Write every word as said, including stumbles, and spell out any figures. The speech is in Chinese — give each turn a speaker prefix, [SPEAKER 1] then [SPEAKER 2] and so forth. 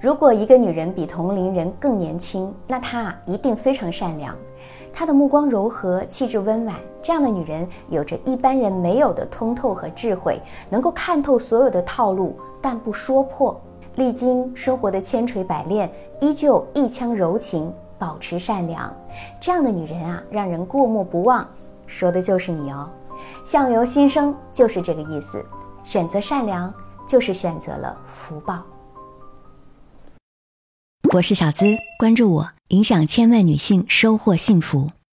[SPEAKER 1] 如果一个女人比同龄人更年轻，那她啊一定非常善良。她的目光柔和，气质温婉，这样的女人有着一般人没有的通透和智慧，能够看透所有的套路，但不说破。历经生活的千锤百炼，依旧一腔柔情，保持善良。这样的女人啊，让人过目不忘。说的就是你哦。相由心生就是这个意思，选择善良就是选择了福报。
[SPEAKER 2] 我是小资，关注我，影响千万女性，收获幸福。